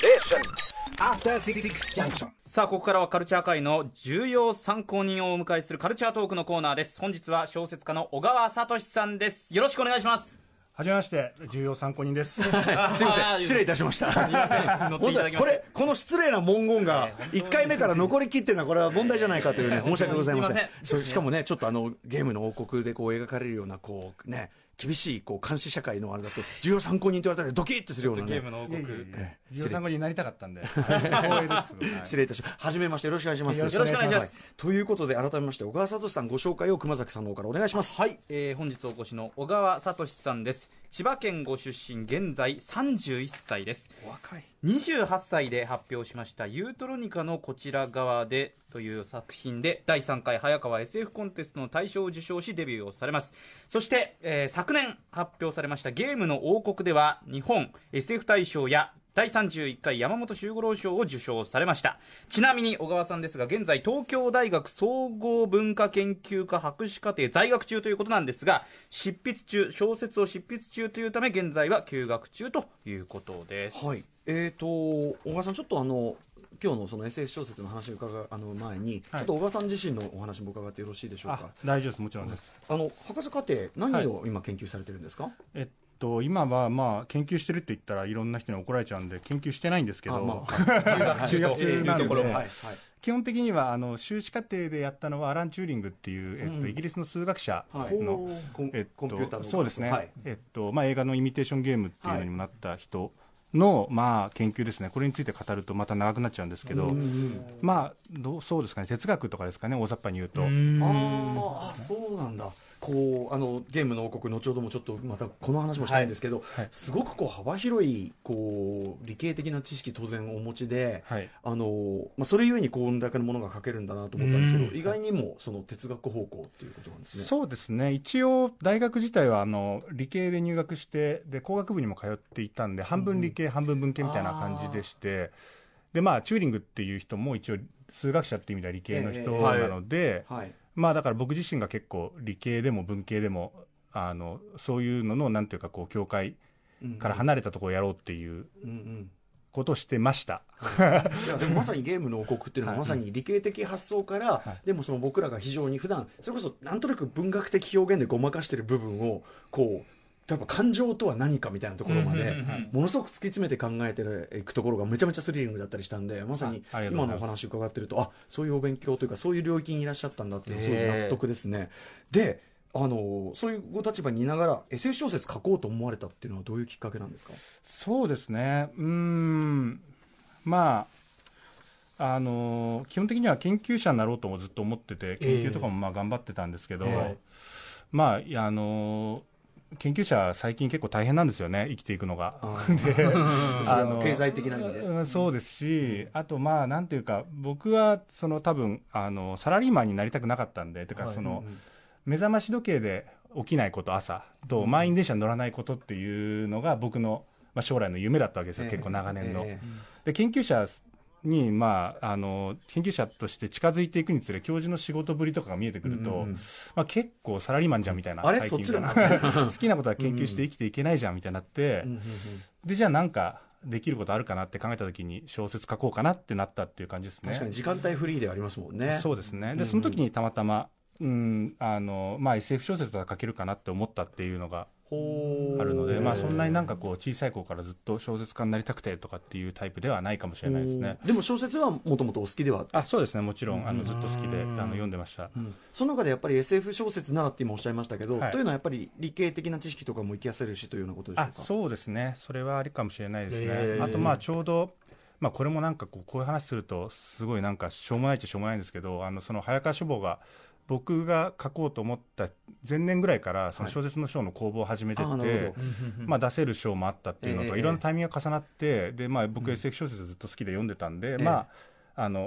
After Six Junction。 さあここからはカルチャー界の重要参考人をお迎えするカルチャートークのコーナーです。本日は小説家の小川聡さんです。よろしくお願いします。 はじめまして、重要参考人です。 すいません、失礼いたしました。 すいません、乗っていただきましてこの失礼な文言が1回目から残りきってるのはこれは問題じゃないかというね、申し訳ございません。しかもね、ちょっとゲームの王国でこう描かれるようなこうね、厳しいこう監視社会のあれだと重要参考人と言われたらドキッとするようなね、 ゲームの王国、 重要参考人になりたかったんで光栄です。 失礼いたします。はじめまして、よろしくお願いします。 よろしくお願いします。 ということで改めまして小川聡さんご紹介を熊崎さんの方からお願いします。 はい、本日お越しの小川聡さんです。千葉県ご出身、現在31歳です。 お若い。 28歳で発表しましたユートロニカのこちら側でという作品で第3回早川 SF コンテストの大賞を受賞しデビューをされます。そして、昨年発表されましたゲームの王国では日本 SF 大賞や第31回山本周五郎賞を受賞されました。ちなみに小川さんですが現在東京大学総合文化研究科博士課程在学中ということなんですが、執筆中、小説を執筆中というため現在は休学中ということです。 はい、小川さんちょっと今日のその SF 小説の話を伺う前に、ちょっと小川さん自身のお話も伺ってよろしいでしょうか。 大丈夫です、もちろんです。 博士課程何を今研究されてるんですか。 今はまあ研究してるって言ったらいろんな人に怒られちゃうんで研究してないんですけど、中学中なんで、基本的には修士課程でやったのはアラン・チューリングっていう、イギリスの数学者の、 コンピューターのそうですね、映画のイミテーションゲームっていうのにもなった人の、研究ですね。これについて語るとまた長くなっちゃうんですけど、そうですかね、哲学とかですかね、大雑把に言うと。 そうなんだ。こうゲームの王国、後ほどもちょっとまたこの話もしたいんですけど、すごくこう幅広いこう理系的な知識当然お持ちで、それゆえにこんだけのものが書けるんだなと思ったんですけど、意外にもその哲学方向っていうことなんですね。 そうですね。一応大学自体は理系で入学してで工学部にも通っていたんで、半分理系半分文系みたいな感じでして、でチューリングっていう人も一応数学者っていう意味では理系の人なので、だから僕自身が結構理系でも文系でもそういうののなんていうかこう境界から離れたところをやろうっていうことをしてました。 いやでもまさにゲームの王国っていうのはまさに理系的発想から、でもその僕らが非常に普段それこそなんとなく文学的表現でごまかしてる部分をこう例えば感情とは何かみたいなところまでものすごく突き詰めて考えていくところがめちゃめちゃスリリングだったりしたんで、まさに今のお話伺ってるとそういうお勉強というかそういう領域にいらっしゃったんだっていうすごい納得ですね。でそういうご立場にいながら SF 小説書こうと思われたっていうのはどういうきっかけなんですか。 そうですね、基本的には研究者になろうともずっと思ってて、研究とかも頑張ってたんですけど、研究者最近結構大変なんですよね、生きていくのが。 経済的な意味で、 そうですし、あとなんていうか僕は多分サラリーマンになりたくなかったんで、目覚まし時計で起きないこと、朝と満員電車に乗らないことっていうのが僕の将来の夢だったわけですよ、結構長年の。で研究者に研究者として近づいていくにつれ教授の仕事ぶりとかが見えてくると、結構サラリーマンじゃんみたいな、最近好きなことは研究して生きていけないじゃんみたいになって、でじゃあなんかできることあるかなって考えた時に小説書こうかなってなったっていう感じですね。 確かに時間帯フリーではありますもんね。 そうですね。でその時にたまたまSF 小説とか書けるかなって思ったっていうのがあるので、そんなになんかこう小さい頃からずっと小説家になりたくてとかっていうタイプではないかもしれないですね。 でも小説はもともとお好きでは。 そうですね、もちろんずっと好きで読んでました。 その中でやっぱり SF 小説ならって今おっしゃいましたけど、というのはやっぱり理系的な知識とかも生きやせるしというようなことでしょうか。 そうですね、それはありかもしれないですね。あとちょうどこれもなんかこういう話するとすごいなんかしょうもないっちゃしょうもないんですけど、その早川書房が僕が書こうと思った前年ぐらいからその小説の賞の公募を始めてて、出せる賞もあったっていうのといろんなタイミングが重なって、で僕 SF 小説ずっと好きで読んでたんで、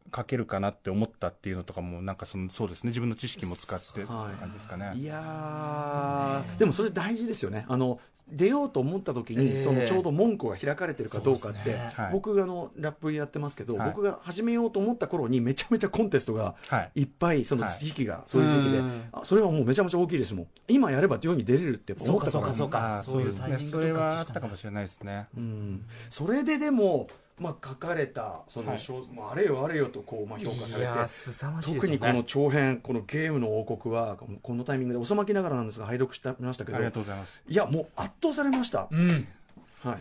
書けるかなって思ったっていうのとかもなんかそうですね、自分の知識も使ってって感じですかね。 いやでもそれ大事ですよね。出ようと思った時に、ちょうど門戸が開かれてるかどうかって、僕がラップやってますけど、僕が始めようと思った頃にめちゃめちゃコンテストがいっぱい、その時期がそういう時期で、それはもうめちゃめちゃ大きいですもん。今やれば世に出れるって思ったから。 そういうタイミングとかそれはあったかもしれないですね。 それででも書かれたあれよあれよと評価されて、特にこの長編、このゲームの王国はこのタイミングで遅まきながらなんですが拝読してみましたけど、 ありがとうございます。 いやもう圧倒されました。はい、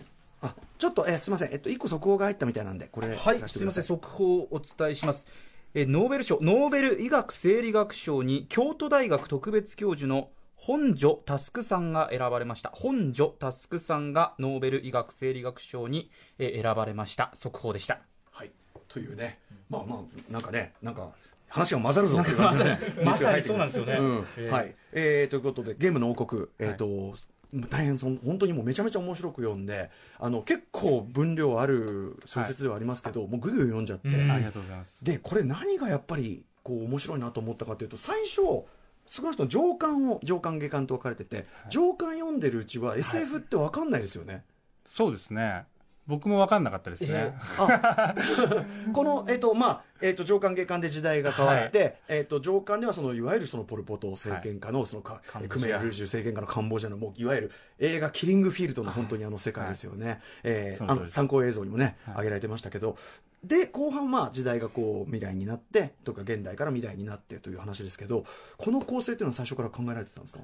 ちょっとすみません、1個速報が入ったみたいなんで、これはい、すみません、速報をお伝えします。ノーベル賞、ノーベル医学生理学賞に京都大学特別教授の本庶佑さんが選ばれました。本庶佑さんがノーベル医学生理学賞に選ばれました。速報でした。 はい、というね、なんか話が混ざるぞっていう感じで、 まさにそうなんですよね。 はい、ということでゲームの王国、大変本当にもうめちゃめちゃ面白く読んで、結構分量ある小説ではありますけど、もうぐいぐい読んじゃって、 ありがとうございます。 でこれ何がやっぱり面白いなと思ったかというと、最初少なくとも上巻下巻と分かれてて、上巻読んでるうちは SF って分かんないですよね。 そうですね、僕も分かんなかったですね。 この上巻下巻で時代が変わって、上巻ではいわゆるポル・ポト政権下のクメール・ルージュ政権下のカンボジアのいわゆる映画キリングフィールドの本当に世界ですよね。参考映像にもね挙げられてましたけど、で後半時代が未来になってとか現代から未来になってという話ですけど、この構成っていうのは最初から考えられてたんですか？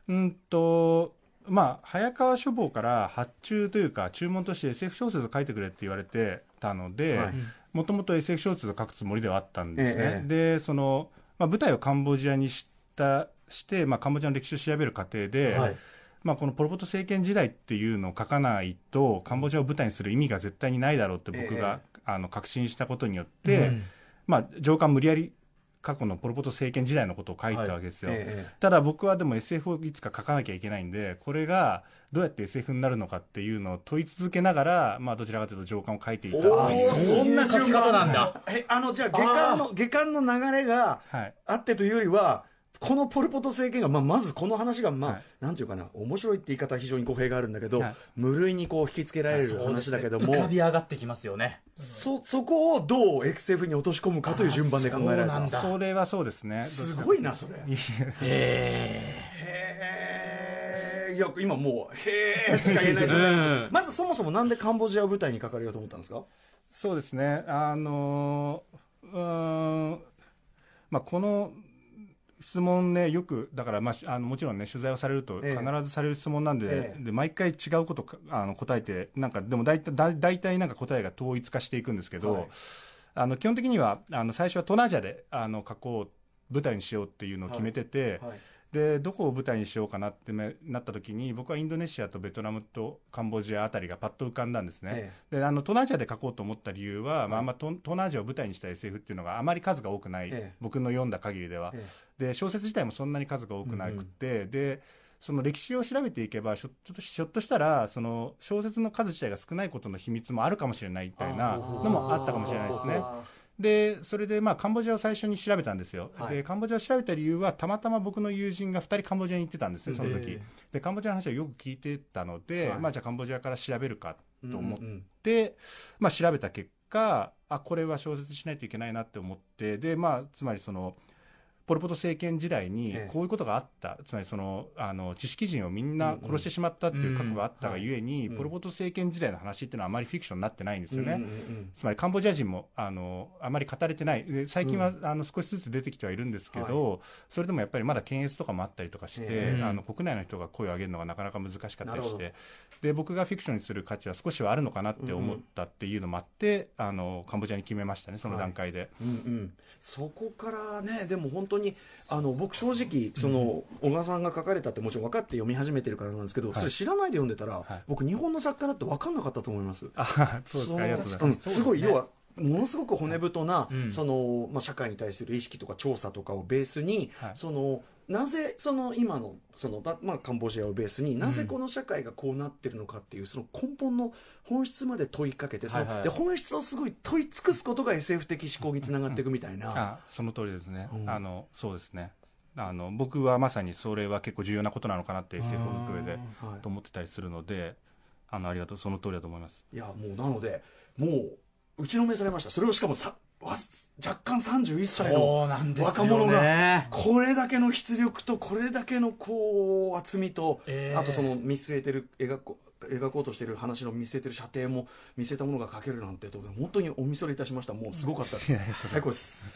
早川書房から発注というか注文として SF 小説を書いてくれって言われてたので、もともと SF 小説を書くつもりではあったんですね。で舞台をカンボジアにして、カンボジアの歴史を調べる過程で、このポル・ポト政権時代っていうのを書かないとカンボジアを舞台にする意味が絶対にないだろうって僕が、確信したことによって、上巻無理やり過去のポル・ポト政権時代のことを書いたわけですよ。ただ僕はでも SF をいつか書かなきゃいけないんで、これがどうやって SF になるのかっていうのを問い続けながら、どちらかというと上巻を書いていた。 そんな書き方なんだ。じゃあ下巻の流れがあってというよりは、このポル・ポト政権が、まずこの話が、なんていうかな、面白いって言い方は非常に語弊があるんだけど、無類に引きつけられる話だけども、 浮かび上がってきますよね。 そこをどう XF に落とし込むかという順番で考えられた。 それはそうですね。 すごいなそれ。いや今もうへーしか言えない状態だけど、まずそもそもなんでカンボジアを舞台に書かれようと思ったんですか？ そうですね、この質問ね、よくだから、もちろんね取材をされると必ずされる質問なんで、毎回違うこと答えて、でも大体なんか答えが統一化していくんですけど、基本的には最初はトナジャで書こう、舞台にしようっていうのを決めてて、でどこを舞台にしようかなってなった時に、僕はインドネシアとベトナムとカンボジアあたりがパッと浮かんだんですね。で東南アジアで書こうと思った理由は、東南アジアを舞台にした SF っていうのがあまり数が多くない、僕の読んだ限りでは、で小説自体もそんなに数が多くなくて、でその歴史を調べていけばひょっとしたらその小説の数自体が少ないことの秘密もあるかもしれないみたいなのもあったかもしれないですね。でそれでカンボジアを最初に調べたんですよ。でカンボジアを調べた理由は、たまたま僕の友人が2人カンボジアに行ってたんですね、その時。でカンボジアの話をよく聞いてたので、じゃあカンボジアから調べるかと思って、調べた結果、これは小説しないといけないなって思って、でつまりそのポル・ポト政権時代にこういうことがあった、つまりその知識人をみんな殺してしまったっていう過去があったがゆえに、ポル・ポト政権時代の話っていうのはあまりフィクションになってないんですよね。つまりカンボジア人もあまり語れてない、最近は少しずつ出てきてはいるんですけど、それでもやっぱりまだ検閲とかもあったりとかして、国内の人が声を上げるのがなかなか難しかったりして、で僕がフィクションにする価値は少しはあるのかなって思ったっていうのもあって、カンボジアに決めましたね、その段階で。 そこからね、でも本当に僕正直小川さんが書かれたってもちろん分かって読み始めてるからなんですけど、それ知らないで読んでたら、僕日本の作家だって分かんなかったと思います。 そうですか、ありがとうございます。 すごい、要はものすごく骨太な、社会に対する意識とか調査とかをベースに、 なぜその今のその、まあ、カンボジアをベースになぜこの社会がこうなってるのかっていうその根本の本質まで問いかけて、そので本質をすごい問い尽くすことが SF 的思考につながっていくみたいな、 その通りですね、そうですね、僕はまさにそれは結構重要なことなのかなって SF を含めてと思ってたりするので、ありがとう、その通りだと思います。 いやもうなのでもう打ちのめされました。それをしかも若干31歳の若者がこれだけの出力とこれだけのこう厚みと、あとその見据えてる描こうとしている話の見据えてる射程も見据えたものが書けるなんてと本当にお見それいたしました。もうすごかったです。最高です。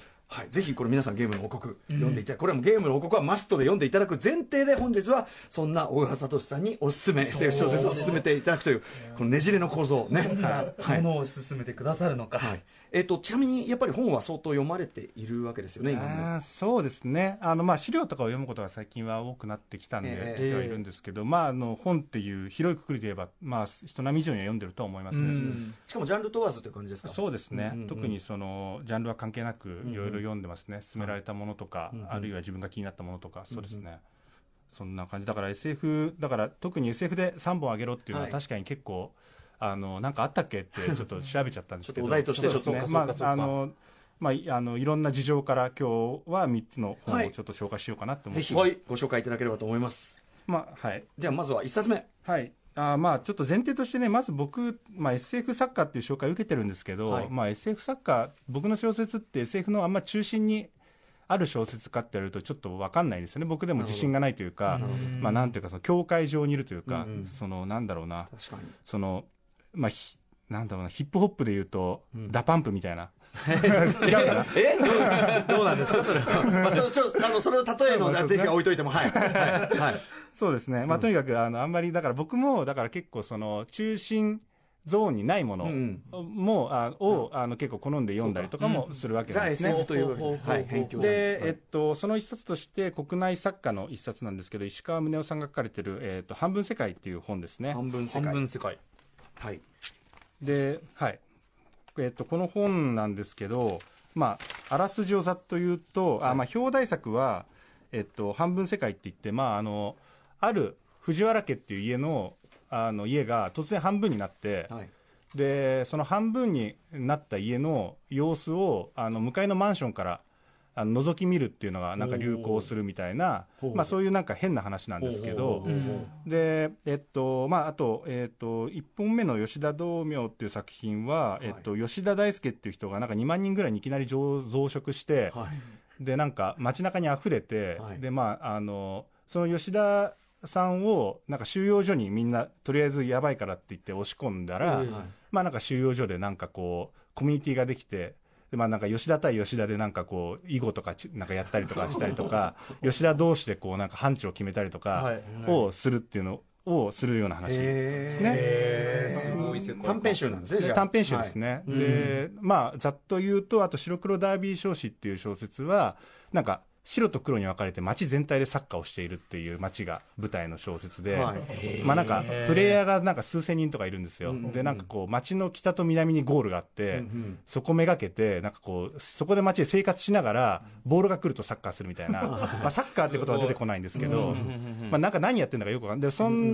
はい、ぜひこれ皆さんゲームの王国読んでいただいて、これはもうゲームの王国はマストで読んでいただく前提で、本日はそんな大岩聡さんにおすすめ SF 小説を進めていただくというこのねじれの構造ね、 ものを進めてくださるのか。 はい、ちなみにやっぱり本は相当読まれているわけですよね今。 そうですね、資料とかを読むことが最近は多くなってきたんで、来てはいるんですけど、本っていう広いくくりで言えば、人並み以上には読んでるとは思いますね。 しかもジャンル問わずという感じですか。 そうですね、特にそのジャンルは関係なくいろいろ読んでますね。勧められたものとか、あるいは自分が気になったものとか、そうですね、そんな感じだから SF だから、特に SF で3本あげろっていうのは確かに結構、なんかあったっけってちょっと調べちゃったんですけどお題としてちょっとね、 いろんな事情から今日は3つの本をちょっと紹介しようかなと思って、 ぜひご紹介いただければと思います。ではまずは1冊目。 はい、ちょっと前提としてね、まず僕、SF 作家っていう紹介を受けてるんですけど、SF 作家、僕の小説って SF のあんま中心にある小説家って言われるとちょっと分かんないですよね。僕でも自信がないというか、なんていうか、その境界上にいるというか、そのなんだろうな、 確かにそのなんだろうな、ヒップホップでいうと、ダパンプみたいな。違うかな。 どうなんですかそれは。 それを例えのぜひ置いといても、 そうですね。とにかくあんまりだから僕もだから結構その中心ゾーンにないものも結構好んで読んだりとかもするわけなんですね。 というわけで、その一冊として国内作家の一冊なんですけど、石川宗男さんが書かれてる半分世界っていう本ですね。 半分世界。はい。 で、はい。この本なんですけど、あらすじをざっと言うと、表題作は、半分世界って言って、ある藤原家っていう家の、家が突然半分になって、で、その半分になった家の様子を、向かいのマンションから覗き見るっていうのがなんか流行するみたいな、そういうなんか変な話なんですけど、で、あと、1本目の吉田道明っていう作品は、吉田大輔っていう人がなんか2万人ぐらいにいきなり増殖して、で、なんか街中に溢れて、で、その吉田さんをなんか収容所にみんなとりあえずやばいからって言って押し込んだら、なんか収容所でなんかこうコミュニティができて、でなんか吉田対吉田でなんかこう囲碁とかなんかやったりとかしたりとか吉田同士でこうなんか班長を決めたりとかをするっていうのをするような話ですね。 すごい短編集なんですね。 短編集ですね。で、ざっと言うと、あと白黒ダービー少子っていう小説はなんか白と黒に分かれて街全体でサッカーをしているっていう街が舞台の小説で、なんかプレイヤーがなんか数千人とかいるんですよ。でなんかこう街の北と南にゴールがあって、そこめがけてなんかこうそこで街で生活しながらボールが来るとサッカーするみたいなサッカーってことは出てこないんですけど、なんか何やってんだかよくわかんない。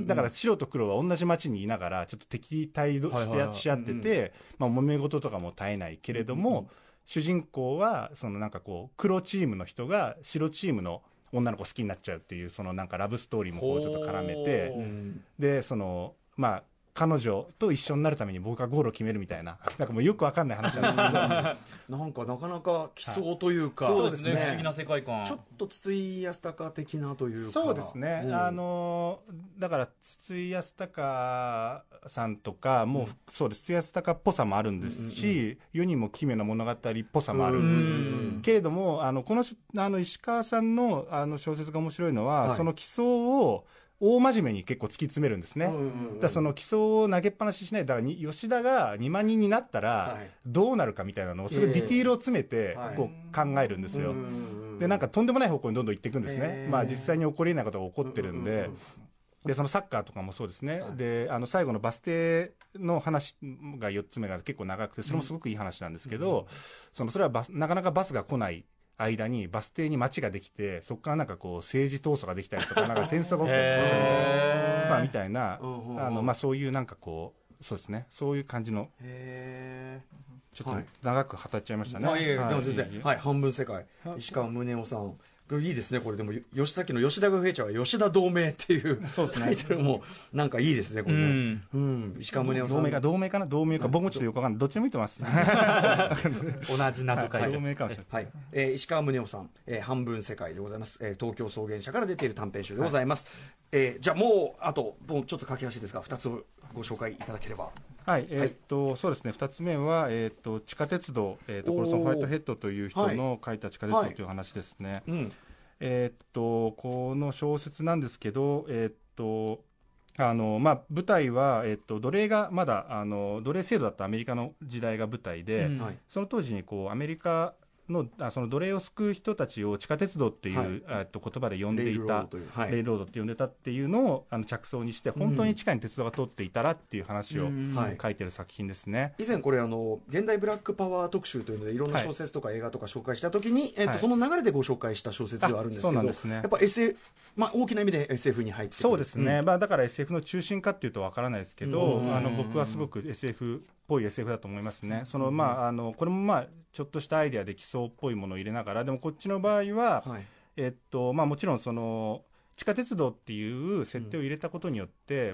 だから白と黒は同じ街にいながらちょっと敵対し合ってて、揉め事とかも絶えないけれども、主人公はそのなんかこう黒チームの人が白チームの女の子好きになっちゃうっていう、そのなんかラブストーリーもこうちょっと絡めて、でその彼女と一緒になるために僕がゴールを決めるみたいな、なんかもうよくわかんない話なんですけどなんかなかなか奇想というか、 そうですね、不思議な世界観、 ちょっと筒井康隆的なというか。 そうですね、だから筒井康隆さんとかもそうです、筒井康隆っぽさもあるんですし、世にも奇妙な物語っぽさもあるけれども、この石川さんの小説が面白いのは、その奇想を大真面目に結構突き詰めるんですね。だからその基礎を投げっぱなししない、だから吉田が2万人になったらどうなるかみたいなのをすごいディティールを詰めてこう考えるんですよ。でなんかとんでもない方向にどんどん行っていくんですね。実際に起こりえないことが起こってるんで、でそのサッカーとかもそうですね。で最後のバス停の話が4つ目が結構長くて、それもすごくいい話なんですけど、それはなかなかバスが来ない間にバス停に街ができて、そこからなんかこう政治闘争ができたりとか、なんか戦争が起きたりとかする、まあみたいな、まあそういうなんかこう、そうですね、そういう感じの、ちょっと長く語っちゃいましたね。 はい、でも全然、はい、半分世界、石川宗男さん。これいいですね、これでもさっきの吉田が増えちゃう吉田同盟っていうタイトルもなんかいいですね、これね。石川宗男さん。 同盟か僕もちょっとよくわかんない。どっちでもいいと思います。 同じ名と書いて同盟かもしれない。 はい、石川宗男さん、半分世界でございます。東京草原社から出ている短編集でございます。じゃあもうちょっと駆け足ですが2つご紹介いただければ。 はい、そうですね、2つ目は、地下鉄道、コルソン・ホワイトヘッドという人の書いた地下鉄道という話ですね。この小説なんですけど、まあ、舞台は、奴隷がまだ奴隷制度だったアメリカの時代が舞台で、その当時にこうアメリカのその奴隷を救う人たちを地下鉄道っていう、言葉で呼んでいた、レイルロードって呼んでたっていうのを着想にして、本当に地下に鉄道が通っていたらっていう話を書いてる作品ですね。 以前これ現代ブラックパワー特集というのでいろんな小説とか映画とか紹介したときに、その流れでご紹介した小説ではあるんですけど、やっぱ SF、まあ、大きな意味で SF に入ってくる。 そうですね、まあ、だから SF の中心かっていうとわからないですけど、僕はすごく SF っぽい SF だと思いますね。まあ、これもまあちょっとしたアイデアで奇想っぽいものを入れながら、でもこっちの場合は、まあ、もちろん地下鉄道っていう設定を入れたことによって、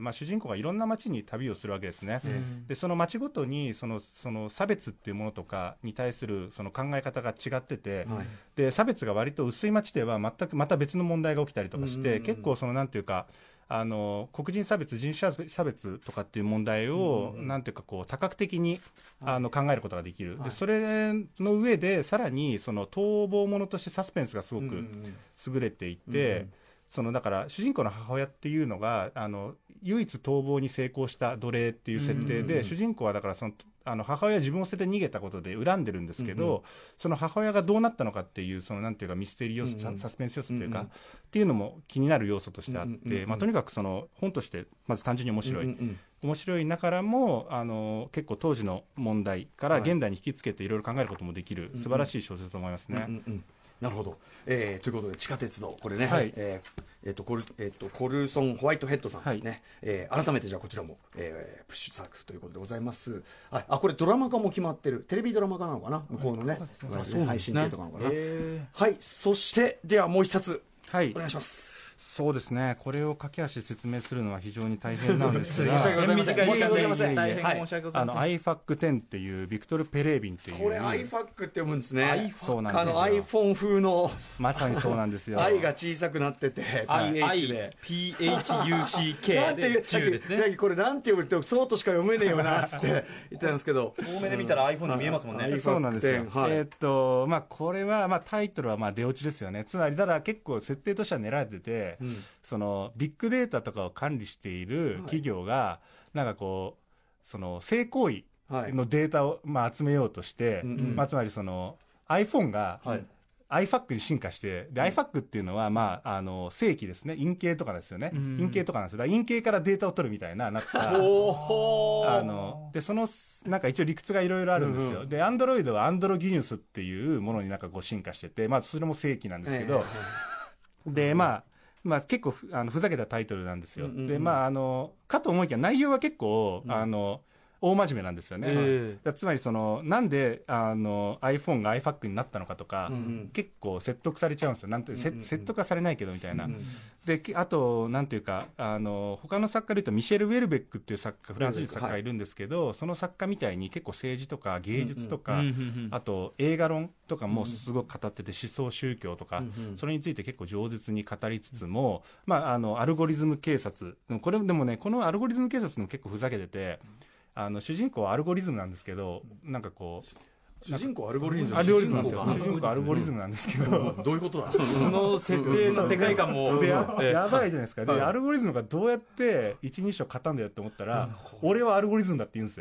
まあ、主人公がいろんな街に旅をするわけですね。でその街ごとにその差別っていうものとかに対するその考え方が違ってて、で差別が割と薄い街では全くまた別の問題が起きたりとかして、結構なんていうか黒人差別、人種差別とかっていう問題を、なんていうかこう多角的に考えることができる。でそれの上でさらに逃亡ものとしてサスペンスがすごく優れていて、だから主人公の母親っていうのが唯一逃亡に成功した奴隷っていう設定で、主人公はだから母親は自分を捨てて逃げたことで恨んでるんですけど、その母親がどうなったのかっていうなんていうかミステリー要素、サスペンス要素というか、っていうのも気になる要素としてあって、まあ、とにかく本としてまず単純に面白いながらも結構当時の問題から現代に引きつけていろいろ考えることもできる素晴らしい小説だと思いますね。 なるほど、ということで地下鉄道これね、コルソン・ホワイトヘッドさん、ね、改めてじゃあこちらも、プッシュ作ということでございます。これドラマ化も決まってる、テレビドラマ化なのかな、向こうのね、配信系とかなのかな。はい、そしてではもう一冊、お願いします。 そうですね、これを駆け足で説明するのは非常に大変なんですが申し訳ございません。 申し訳ございません。大変申し訳ございません。 iFAC10 っていうビクトル・ペレービンっていう、 これ iFAC って読むんですね。 そうなんですよ。 iPhone 風のまさにそうなんですよ。 i が小さくなってて PH で PHUCK で10ですね。 これなんて読むってそうとしか読めねえよなっつって言ってたんですけど、 遠目で見たら iPhone に見えますもんね。 そうなんですよ。まあこれはタイトルは出落ちですよね。つまりただ結構設定としては練られてて、ビッグデータとかを管理している企業が、なんかこう性行為のデータを集めようとして、つまりiPhone が、iFAC に進化して、で iFAC っていうのは、正規ですね、陰形とかですよね、陰形とかなんですよ。だから陰形からデータを取るみたいなったでなんか一応理屈がいろいろあるんですよ。で Android はアンドロギニュスっていうものになんかこう進化してて、それも正規なんですけど、で結構ふざけたタイトルなんですよ。でかと思いきや内容は結構、大真面目なんですよね。つまりなんでiPhone が iFAC になったのかとか、結構説得されちゃうんですよ。説得はされないけどみたいな。であとなんていうか他の作家でいうとミシェル・ウェルベックっていう作家、フランス人作家がいるんですけど、その作家みたいに結構政治とか芸術とか、あと映画論とかもすごく語ってて、思想宗教とか、それについて結構饒舌に語りつつも、アルゴリズム警察、これでもね、このアルゴリズム警察も結構ふざけてて、主人公はアルゴリズムなんですけど、なんかこう主人公アルゴリズムなんですよ。主人公アルゴリズムなんですけど、 どういうことだ。 その設定の世界観もやばいじゃないですか。でアルゴリズムがどうやって一人称買ったんだよって思ったら、俺はアルゴリズムだって言うんですよ。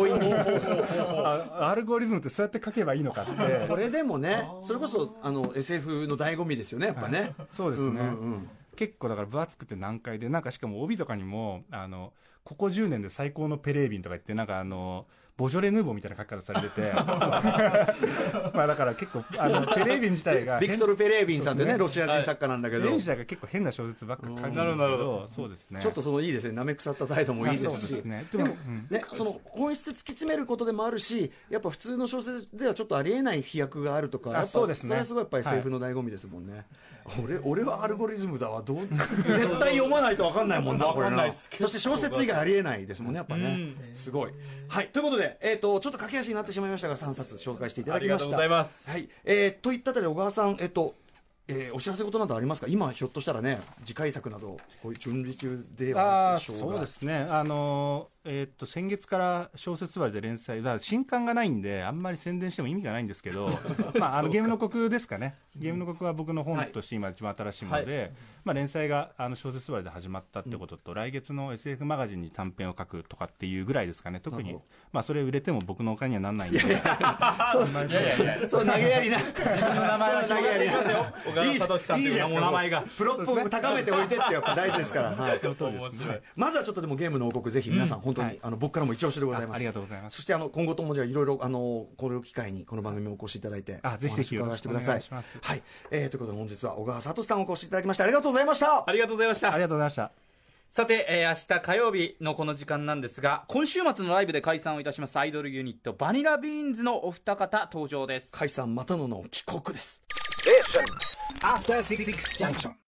アルゴリズムってそうやって書けばいいのかって。これでもね、それこそSF の醍醐味ですよね、やっぱね。 そうですね。結構だから分厚くて難解で、なんかしかも帯とかにもここ10年で最高のペレービンとか言って、なんかボジョレ・ヌーボーみたいな書き方されててまあだから結構ペレービン自体がビクトル・ペレービンさんってね、ロシア人作家なんだけど、 ペレービン自体が結構変な小説ばっか書いてるんですけど、そうですね、 ちょっとそのいいですね、舐め腐った態度もいいですし、 そうですね、 でもね、その本質突き詰めることでもあるし、やっぱ普通の小説ではちょっとありえない飛躍があるとか、やっぱそうですね、 それはすごいやっぱり政府の醍醐味ですもんね。俺はアルゴリズムだわ、絶対読まないと分かんないもんな、これな。そして小説以外ありえないですもんね、やっぱね。すごい。はい、ということで、ちょっと駆け足になってしまいましたが、3冊紹介していただきました。 ありがとうございます。 はい、といったあたり、小川さん、お知らせことなどありますか。今ひょっとしたらね、次回作などこういう準備中ではないでしょうが。 そうですね、先月から小説割で連載だ、新刊がないんであんまり宣伝しても意味がないんですけどまあゲームの国ですかね、ゲームの国は僕の本として今一番新しいもので、まあ、連載が小説割で始まったってことと、来月の SF マガジンに短編を書くとかっていうぐらいですかね。特にまあそれ売れても僕のお金にはならないんで、 そう投げやりな自分の名前は投げやりますよ。小川聡さんというお名前がプロップを高めておいてってやっぱ大事ですから、はい、まずはちょっとでもゲームの王国ぜひ皆さん本当に、僕からも一押しでございます。 ありがとうございます。 そして今後ともじゃいろいろこれを機会にこの番組にお越しいただいてぜひぜひよろしくお願いします。 はい、ということで本日は小川聡さんをお越しいただきましてありがとうございました。 ありがとうございました。 ありがとうございました。 さて、明日火曜日のこの時間なんですが、今週末のライブで解散をいたしますアイドルユニットバニラビーンズのお二方登場です。 解散またの帰国です。 After 66 junction.